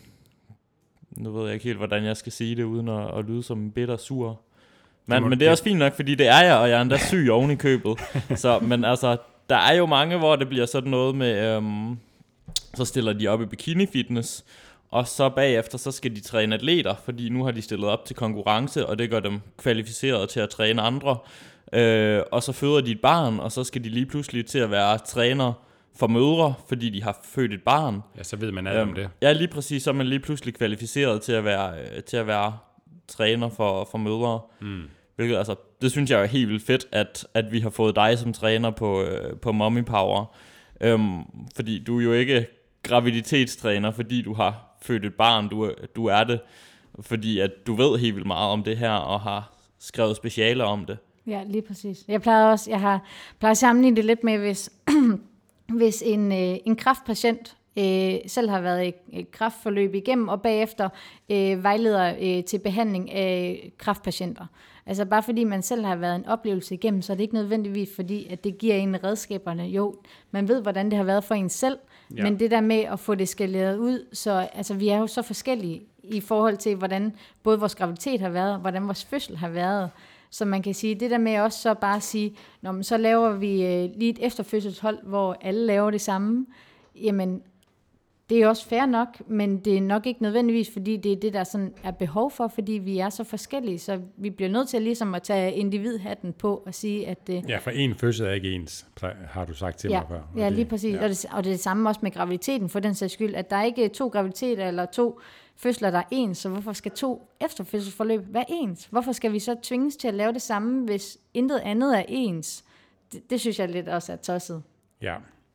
nu ved jeg ikke helt, hvordan jeg skal sige det, uden at, at lyde som en bitter sur. Men, men det er også fint nok, fordi det er jeg, og jeg er endda syg oven i købet. Så, men altså, der er jo mange, hvor det bliver sådan noget med, øhm, så stiller de op i bikini fitness, og så bagefter, så skal de træne atleter, fordi nu har de stillet op til konkurrence, og det gør dem kvalificeret til at træne andre. Øh, og så føder de et barn, og så skal de lige pludselig til at være træner for mødre, fordi de har født et barn. Ja, så ved man alt øhm, om det. Ja, lige præcis, så er man lige pludselig kvalificeret til at være, øh, til at være træner for, for mødre. Mm. Hvilket, altså, det synes jeg er helt vildt fedt, at, at vi har fået dig som træner på, øh, på Mommy Power. Øhm, fordi du er jo ikke graviditetstræner, fordi du har født et barn. Du, du er det, fordi at du ved helt vildt meget om det her, og har skrevet specialer om det. Ja, lige præcis. Jeg plejer også, jeg har plejer at sammenligne det lidt med, hvis, hvis en, øh, en kræftpatient øh, selv har været i et kræftforløb igennem, og bagefter øh, vejleder øh, til behandling af kræftpatienter. Altså bare fordi man selv har været en oplevelse igennem, så er det ikke nødvendigvis fordi, at det giver en redskaberne. Jo, man ved, hvordan det har været for en selv, ja. Men det der med at få det skaleret ud, så altså, vi er jo så forskellige i forhold til, hvordan både vores graviditet har været, og hvordan vores fødsel har været. Så man kan sige, det der med også så bare at sige, nå, men så laver vi øh, lige et efterfødselshold, hvor alle laver det samme. Jamen, det er også fair nok, men det er nok ikke nødvendigvis, fordi det er det, der sådan er behov for, fordi vi er så forskellige, så vi bliver nødt til ligesom at tage individhatten på og sige, at... Øh, ja, for en fødsel er ikke ens, har du sagt til ja, mig før. Ja, det, lige præcis. Ja. Og, det, og det er det samme også med graviditeten, for den sags skyld, at der er ikke to graviditeter eller to fødsler, der er ens, så hvorfor skal to efterfødselsforløb være ens? Hvorfor skal vi så tvinges til at lave det samme, hvis intet andet er ens? Det, det synes jeg lidt også er tosset. Ja.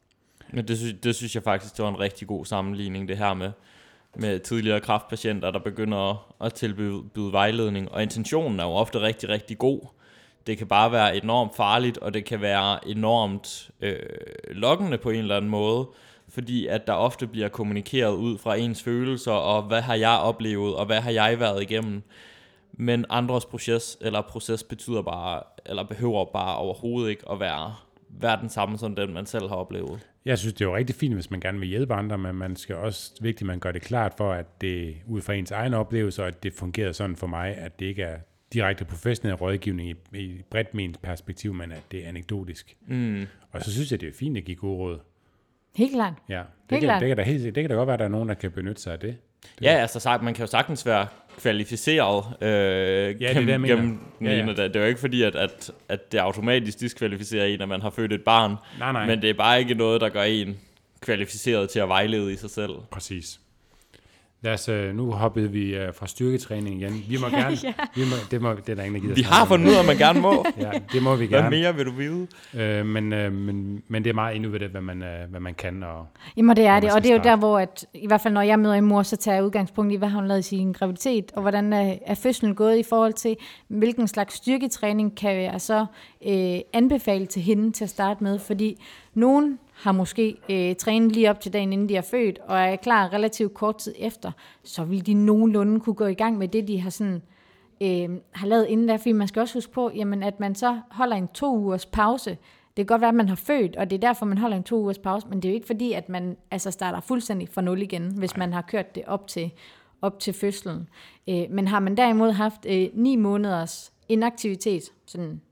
Men det synes, det synes jeg faktisk, det var en rigtig god sammenligning, det her med, med tidligere kræftpatienter, der begynder at tilbyde vejledning. Og intentionen er jo ofte rigtig, rigtig god. Det kan bare være enormt farligt, og det kan være enormt øh, lokkende på en eller anden måde, fordi at der ofte bliver kommunikeret ud fra ens følelser, og hvad har jeg oplevet, og hvad har jeg været igennem. Men andres proces, eller proces betyder bare, eller behøver bare overhovedet ikke at være, være den samme som den, man selv har oplevet. Jeg synes, det er jo rigtig fint, hvis man gerne vil hjælpe andre, men man skal også vigtigt, at man gør det klart for, at det ud fra ens egen oplevelse, og at det fungerer sådan for mig, at det ikke er direkte professionel rådgivning i, i bredt ment perspektiv, men at det er anekdotisk. Mm. Og så synes jeg, det er fint at give gode råd. Helt klart. Ja, det, Helt kan, klart. det, kan da helt, det kan da godt være, at der er nogen, der kan benytte sig af det. det Ja, altså sagt, man kan jo sagtens være kvalificeret øh, ja, gennem, det, gennem ja, ja. det. Det er jo ikke fordi, at, at, at det automatisk diskvalificerer en, at man har født et barn. Nej, nej. Men det er bare ikke noget, der gør en kvalificeret til at vejlede i sig selv. Præcis. Lad os, øh, nu hoppede vi øh, fra styrketræning igen. Vi må gerne... ja. vi må, det, må, det er der ingen, der gider Vi har fundet ud af, at man gerne må. Ja, det må vi Hvad gerne. mere vil du vide? Øh, men, øh, men, men det er meget individuelt, hvad man, øh, hvad man kan. Og, Jamen det er man det, skal og det er jo starte. der, hvor at, i hvert fald når jeg møder en mor, så tager jeg udgangspunkt i, hvad har hun lavet i sin graviditet, og hvordan er, er fødslen gået i forhold til, hvilken slags styrketræning kan jeg så øh, anbefale til hende til at starte med, fordi nogen har måske øh, trænet lige op til dagen, inden de er født, og er klar relativt kort tid efter, så vil de nogenlunde kunne gå i gang med det, de har sådan øh, har lavet inden der, fordi man skal også huske på, jamen, at man så holder en to ugers pause. Det kan godt være, at man har født, og det er derfor, man holder en to ugers pause, men det er jo ikke fordi, at man altså starter fuldstændig fra nul igen, hvis man har kørt det op til, op til fødslen. Øh, men har man derimod haft øh, ni måneders inaktivitet, sådan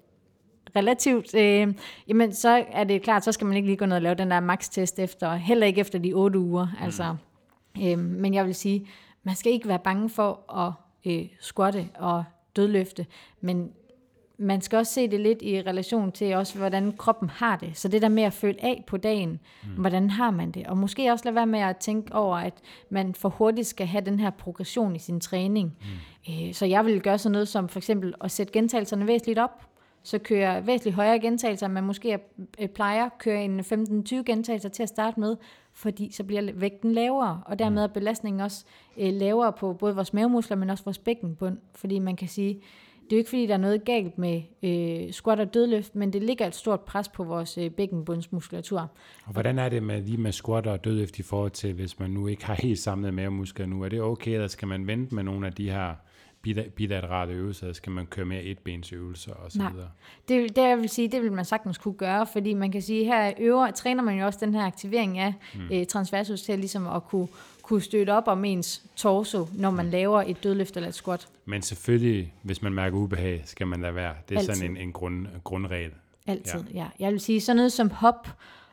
relativt, øh, jamen så er det klart, så skal man ikke lige gå ned og lave den der max-test efter, heller ikke efter de otte uger. Mm. Altså, øh, men jeg vil sige, man skal ikke være bange for at øh, squatte og dødløfte, men man skal også se det lidt i relation til også, hvordan kroppen har det. Så det der med at føle af på dagen, mm. hvordan har man det? Og måske også lade være med at tænke over, at man for hurtigt skal have den her progression i sin træning. Mm. Øh, så jeg vil gøre sådan noget som for eksempel at sætte gentagelserne væsentligt op, så kører væsentligt højere gentagelser, man måske plejer at køre en femten til tyve gentagelser til at starte med, fordi så bliver vægten lavere, og dermed er belastningen også øh, lavere på både vores mavemuskler, men også vores bækkenbund, fordi man kan sige, det er jo ikke fordi, der er noget galt med øh, squat og dødløft, men det ligger et stort pres på vores øh, bækkenbundsmuskulatur. og hvordan er det med lige med squat og dødløft i forhold til, hvis man nu ikke har helt samlet mavemuskler nu? Er det okay, eller skal man vente med nogle af de her bilaterale øvelser, eller skal man køre mere etbensøvelser og så Nej, videre? det, det jeg vil sige, det vil man sagtens kunne gøre, fordi man kan sige, her øver, træner man jo også den her aktivering af mm. øh, transversus til ligesom at kunne, kunne støtte op om ens torso, når man mm. laver et dødløft eller et squat. Men selvfølgelig, hvis man mærker ubehag, skal man lade være. Det er Altid. sådan en, en grund, grundregel. Altid, ja. ja. Jeg vil sige, sådan noget som hop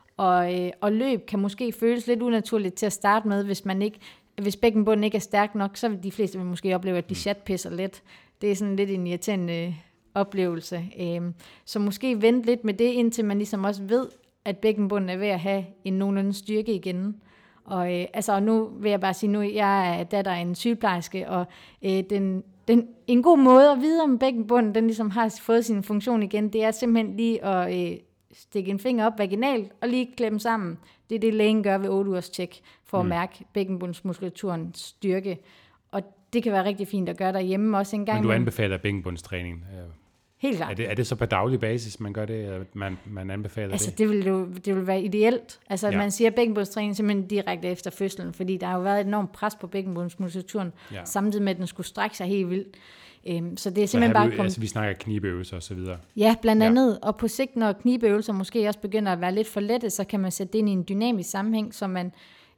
og, øh, og løb kan måske føles lidt unaturligt til at starte med, hvis man ikke hvis bækkenbunden ikke er stærk nok, så vil de fleste vil måske opleve, at de chatpisser lidt. Det er sådan lidt en irriterende øh, oplevelse. Øhm, så måske vente lidt med det, indtil man ligesom også ved, at bækkenbunden er ved at have en nogenlunde styrke igen. Og øh, altså, nu vil jeg bare sige, nu jeg er datter af en sygeplejerske, og øh, den, den, en god måde at vide, om bækkenbunden den ligesom har fået sin funktion igen, det er simpelthen lige at øh, stikke en finger op vaginalt, og lige klemme sammen. Det er det, lægen gør ved otte ugers tjek, for mm. at mærke bækkenbundsmuskulaturens styrke. Og det kan være rigtig fint at gøre derhjemme også en gang. Men du med. anbefaler bækkenbundstræning? Helt klart. Er det, er det så på daglig basis, man gør det, eller man, man anbefaler altså, det? det vil jo det vil være ideelt. Altså, Ja. man siger bækkenbundstræning simpelthen direkte efter fødslen, fordi der har jo været et enormt pres på bækkenbundsmuskulaturen, Ja. samtidig med, at den skulle strække sig helt vildt. Øhm, så det er Så simpelthen bare vi, kommet... altså, vi snakker knibeøvelser og så videre. Ja, blandt Ja. andet. Og på sigt, når knibeøvelser måske også begynder at være lidt for lette, så kan man sætte det ind i en dynamisk sammenhæng, så man...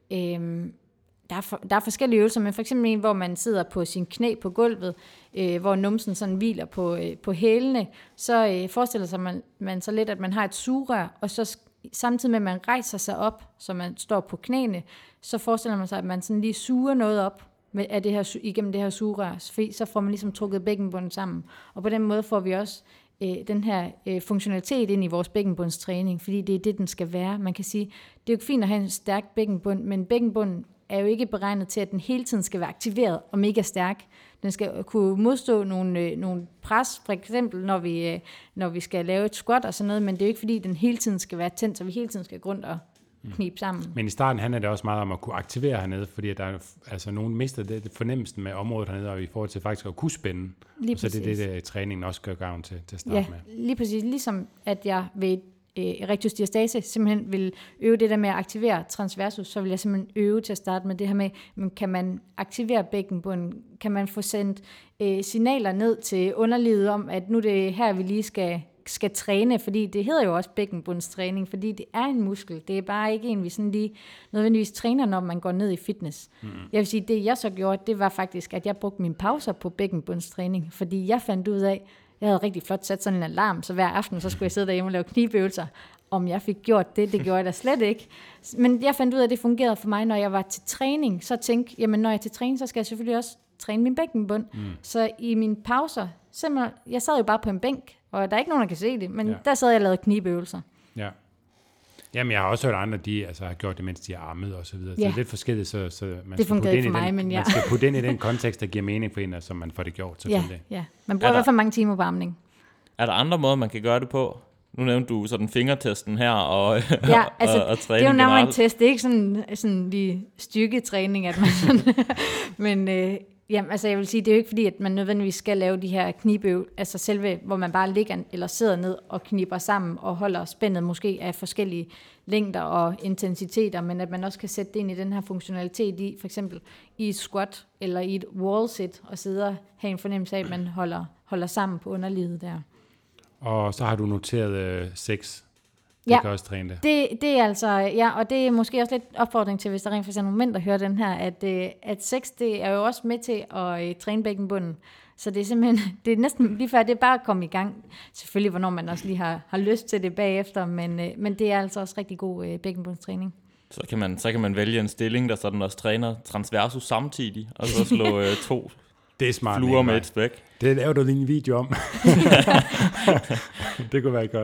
Øhm, der, er for, der er forskellige øvelser, men for eksempel en, hvor man sidder på sin knæ på gulvet, øh, hvor numsen sådan hviler på, øh, på hælene, så øh, forestiller sig man, man så lidt, at man har et sugerør, og så samtidig med, at man rejser sig op, så man står på knæene, så forestiller man sig, at man sådan lige suger noget op med, af det her, igennem det her sugerør, så får man ligesom trukket bækkenbunden sammen. Og på den måde får vi også øh, den her øh, funktionalitet ind i vores bækkenbundstræning, fordi det er det, den skal være. Man kan sige, det er jo fint at have en stærk bækkenbund, men bækkenbunden er jo ikke beregnet til, at den hele tiden skal være aktiveret og mega stærk. Den skal kunne modstå nogle, øh, nogle pres, for eksempel når vi, øh, når vi skal lave et squat og sådan noget, men det er jo ikke fordi, den hele tiden skal være tændt, så vi hele tiden skal gå rundt og knibe sammen. Men i starten handler det også meget om at kunne aktivere hernede, fordi der er, altså, nogen mister det, det fornemmelsen med området hernede, og i forhold til faktisk at kunne spænde. Lige og så det er præcis. det, der træningen også gør gavn til, til at starte Ja, med. lige præcis. Ligesom at jeg ved øh, rectus diastase simpelthen vil øve det der med at aktivere transversus, så vil jeg simpelthen øve til at starte med det her med, men kan man aktivere bækkenbunden? Kan man få sendt øh, signaler ned til underlivet om, at nu er det her, vi lige skal skal træne, fordi det hedder jo også bækkenbundstræning, fordi det er en muskel. Det er bare ikke en, vi sådan lige nødvendigvis træner, når man går ned i fitness. Mm. Jeg vil sige, det jeg så gjorde, det var faktisk, at jeg brugte mine pauser på bækkenbundstræning, fordi jeg fandt ud af, jeg havde rigtig flot sat sådan en alarm, så hver aften, så skulle jeg sidde derhjemme og lave knibøvelser. Om jeg fik gjort det, det gjorde jeg da slet ikke. Men jeg fandt ud af, at det fungerede for mig, når jeg var til træning. Så tænkte jeg, jamen når jeg er til træning, så skal jeg selvfølgelig også træne min bækkenbund. Mm. Så i mine pauser, simpelthen, jeg sad jo bare på en bænk, og der er ikke nogen, der kan se det, men ja. Der sad jeg og lavede knibøvelser. Ja. Jamen, jeg har også hørt andre, de altså, har gjort det, mens de har armet og så videre. Ja. Så det er lidt forskelligt, så, så man, det skal putte for mig, den, men ja. man skal putte ind i den kontekst, der giver mening for en, så man får det gjort, selvfølgelig. Ja, ja. Man bruger i hvert fald mange timer på armning. Er der andre måder, man kan gøre det på? Nu nævnte du sådan fingertesten her og, ja, altså, og, og træning det er jo nærmere generelt. en test. Det er ikke sådan, sådan lige styrketræning, at man sådan, men øh, jamen, altså, jeg vil sige, det er jo ikke fordi, at man nødvendigvis skal lave de her knibøv, altså selve, hvor man bare ligger eller sidder ned og kniber sammen og holder spændet måske af forskellige længder og intensiteter, men at man også kan sætte det ind i den her funktionalitet i, for eksempel i et squat eller i et wall sit, og sidde og have en fornemmelse af, at man holder, holder sammen på underlivet der. Og så har du noteret øh, seks. Det ja, kan også træne det. det. Det er altså, ja, og det er måske også lidt opfordring til, hvis der rent faktisk er nogle mænd, der hører den her, at, øh, at seks, det er jo også med til at øh, træne bækkenbunden. Så det er simpelthen, det er næsten lige før, det er bare at komme i gang. Selvfølgelig, hvornår man også lige har, har lyst til det bagefter, men, øh, men det er altså også rigtig god øh, bækkenbundstræning. Så kan, man, så kan man vælge en stilling, der sådan også træner transversus samtidig, og så slå øh, to det er smart, fluer med et spæk. Det laver du lige en video om. Det kunne være godt.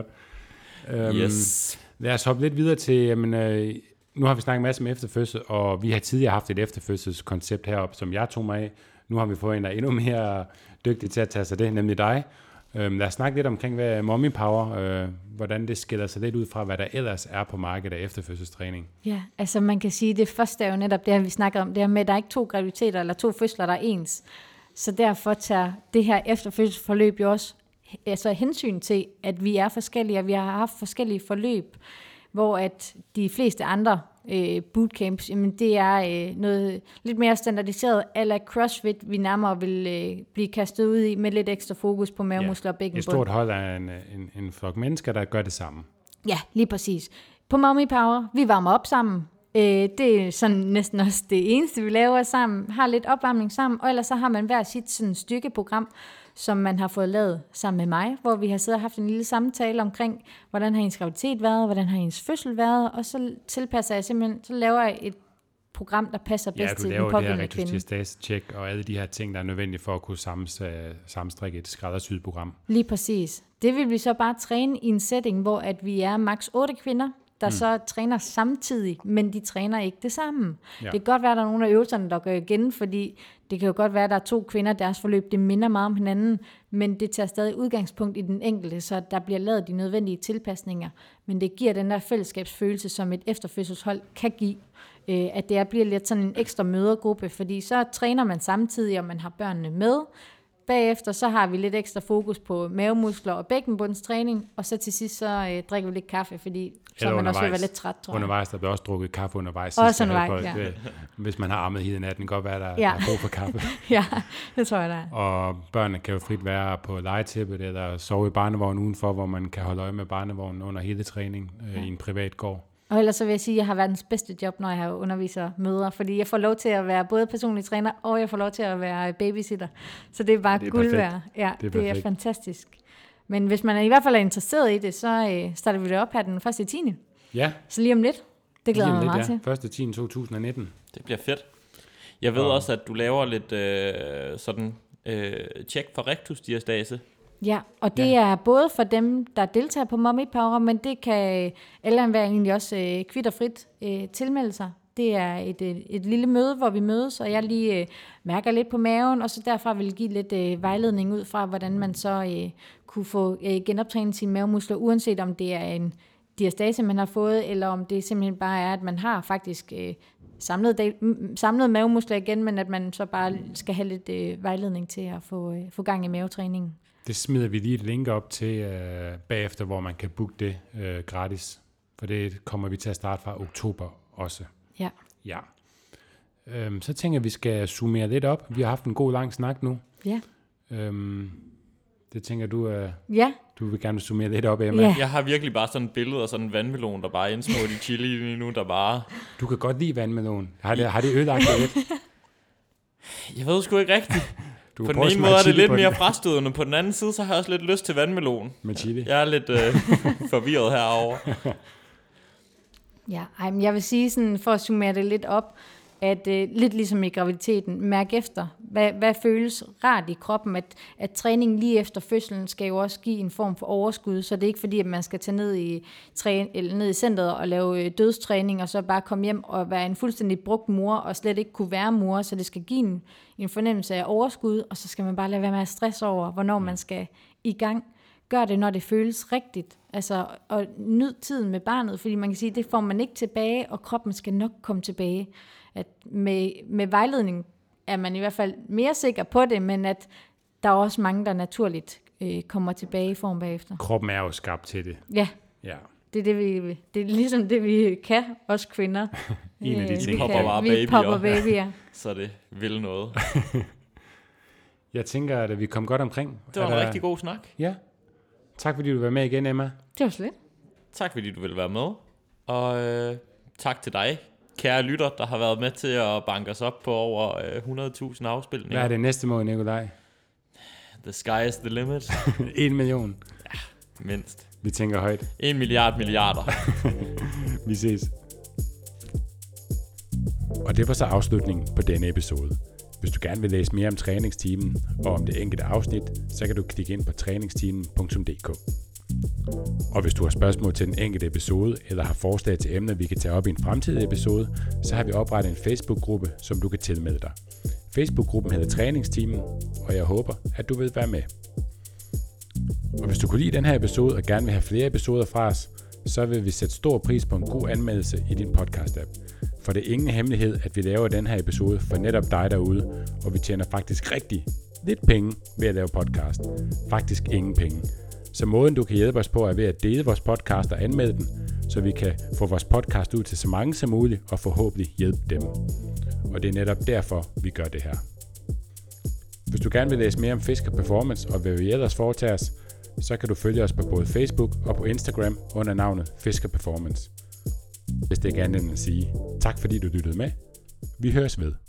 Um, Yes. Lad os hoppe lidt videre til, jamen, øh, nu har vi snakket en masse om efterfødsel, og vi har tidligere haft et efterfødselskoncept heroppe, som jeg tog mig af. Nu har vi fået en, der er endnu mere dygtig til at tage sig det, nemlig dig. Um, lad os snakke lidt omkring, hvad Mommy Power, øh, hvordan det skiller sig lidt ud fra, hvad der ellers er på markedet af efterfødselstræning. Ja, altså man kan sige, det første er jo netop det, vi snakker om, det her med, at der er ikke to graviditeter eller to fødsler, der er ens. Så derfor tager det her efterfødselsforløb jo også altså hensyn til, at vi er forskellige, og vi har haft forskellige forløb, hvor at de fleste andre øh, bootcamps, jamen det er øh, noget lidt mere standardiseret, eller CrossFit, vi nærmere vil øh, blive kastet ud i, med lidt ekstra fokus på mavemuskler ja, og bækkenbund. Et stort hold af en, en, en flok mennesker, der gør det samme. Ja, lige præcis. På Mommy Power, vi varmer op sammen. Øh, det er sådan næsten også det eneste, vi laver sammen. Har lidt opvarmning sammen, og ellers så har man hver sit sådan styrkeprogram, som man har fået lavet sammen med mig, hvor vi har siddet og haft en lille samtale omkring, hvordan har ens graviditet været, hvordan har ens fødsel været, og så tilpasser jeg simpelthen, så laver jeg et program, der passer bedst til den pågældende kvinde. Ja, du laver det her retrostase-tjek og alle de her ting, der er nødvendige for at kunne sammenstrikke et skræddersyet program. Lige præcis. Det vil vi så bare træne i en setting, hvor at vi er maks otte kvinder, der mm. så træner samtidig, men de træner ikke det samme. Ja. Det kan godt være, at der er nogle af øvelserne, der går igen, fordi det kan jo godt være, at der er to kvinder, deres forløb, det minder meget om hinanden, men det tager stadig udgangspunkt i den enkelte, så der bliver lavet de nødvendige tilpasninger. Men det giver den der fællesskabsfølelse, som et efterfødselshold kan give, at det bliver lidt sådan en ekstra mødergruppe, fordi så træner man samtidig, og man har børnene med. Bagefter så har vi lidt ekstra fokus på mavemuskler og bækkenbundstræning, og så til sidst så øh, drikker vi lidt kaffe, fordi så er man også ved at være lidt træt, tror jeg. Undervejs, der bliver også drukket kaffe undervejs. Også undervejs, ja. Det, hvis man har armet hele natten, det kan godt være, der, ja. der er brug for kaffe. Ja, det tror jeg, der er. Og børnene kan jo frit være på legetæppet, eller sove i barnevognen udenfor, hvor man kan holde øje med barnevognen under hele træning øh, ja. i en privat gård. Og ellers så vil jeg sige, at jeg har verdens bedste job, når jeg har underviser møder, fordi jeg får lov til at være både personlig træner, og jeg får lov til at være babysitter. Så det er bare ja, guld værd. Ja, det er, det er fantastisk. Men hvis man i hvert fald er interesseret i det, så øh, starter vi det op her den første tiende Ja. Så lige om lidt. Det glæder jeg mig meget ja. til. første tiende to tusind nitten Det bliver fedt. Jeg ved og... også, at du laver lidt øh, sådan øh, tjek for rektusdiastase. Ja, og det ja. er både for dem, der deltager på Mommy Power, men det kan alle enhver egentlig også øh, kvitterfrit øh, tilmelde sig. Det er et, et, et lille møde, hvor vi mødes, og jeg lige øh, mærker lidt på maven, og så derfra vil give lidt øh, vejledning ud fra, hvordan man så øh, kunne få øh, genoptrænet sine mavemuskler, uanset om det er en diastase, man har fået, eller om det simpelthen bare er, at man har faktisk øh, samlet, samlet mavemuskler igen, men at man så bare skal have lidt øh, vejledning til at få, øh, få gang i mavetræningen. Det smider vi lige et link op til øh, bagefter, hvor man kan booke det øh, gratis. For det kommer vi til at starte fra oktober også. Ja. Ja. Øhm, så tænker jeg, at vi skal zoomere lidt op. Vi har haft en god lang snak nu. Ja. Øhm, Det tænker du, uh, Ja. du vil gerne summere lidt op, Emma. Ja. Jeg har virkelig bare sådan et billede af sådan en vandmelon, der bare er indsmurt i chili lige nu, der bare... Du kan godt lide vandmelon. Har det, har det ødelagt det lidt? Jeg ved sgu ikke rigtigt. Du På den prøve at ene smage måde er det chili lidt på mere den. frastødende, på den anden side, så har jeg også lidt lyst til vandmelon. Med chili. Jeg er lidt øh, forvirret herovre. Ja, ej, men jeg vil sige sådan, for at summere det lidt op, at øh, lidt ligesom i graviditeten, mærk efter, hvad, hvad føles rart i kroppen, at, at træningen lige efter fødslen skal jo også give en form for overskud, så det er ikke fordi, at man skal tage ned i, træ, eller ned i centret og lave øh, dødstræning, og så bare komme hjem og være en fuldstændig brugt mor, og slet ikke kunne være mor, så det skal give en, en fornemmelse af overskud, og så skal man bare lade være med at stresse over, hvornår man skal i gang. Gør det, når det føles rigtigt. Altså, og nyd tiden med barnet, fordi man kan sige, det får man ikke tilbage, og kroppen skal nok komme tilbage. At med, med vejledning er man i hvert fald mere sikker på det, men at der er også mange, der naturligt øh, kommer tilbage i form bagefter. Kroppen er jo skabt til det. Ja, Ja. det er, det, vi, det er ligesom det, vi kan, os kvinder. En af de Øh, ting. vi Popper kan- bare vi babyer. popper babyer. Så det vil noget. Jeg tænker, at vi kom godt omkring. Det var Er en der- rigtig god snak. Ja. Tak fordi du var med igen, Emma. Det var slet. Tak fordi du ville være med. Og øh, tak til dig, kære lytter, der har været med til at banke os op på over øh, hundrede tusind afspilninger. Hvad er det næste mål, Nikolaj? The sky is the limit. En million. Mindst. Vi tænker højt. En milliard milliarder. Vi ses. Og det var så afslutningen på denne episode. Hvis du gerne vil læse mere om træningsteamen og om det enkelte afsnit, så kan du klikke ind på træningsteamen punktum d k. Og hvis du har spørgsmål til den enkelte episode, eller har forslag til emner, vi kan tage op i en fremtidig episode, så har vi oprettet en Facebook-gruppe, som du kan tilmelde dig. Facebook-gruppen hedder Træningsteamen, og jeg håber, at du vil være med. Og hvis du kunne lide den her episode og gerne vil have flere episoder fra os, så vil vi sætte stor pris på en god anmeldelse i din podcast-app. For det er ingen hemmelighed, at vi laver den her episode for netop dig derude, og vi tjener faktisk rigtig lidt penge ved at lave podcast. Faktisk ingen penge. Så måden du kan hjælpe os på er ved at dele vores podcast og anmelde den, så vi kan få vores podcast ud til så mange som muligt og forhåbentlig hjælpe dem. Og det er netop derfor, vi gør det her. Hvis du gerne vil læse mere om Fisker Performance og hvad vi ellers foretager os, så kan du følge os på både Facebook og på Instagram under navnet Fisker Performance. Hvis det er gerne end at sige tak fordi du lyttede med. Vi høres ved.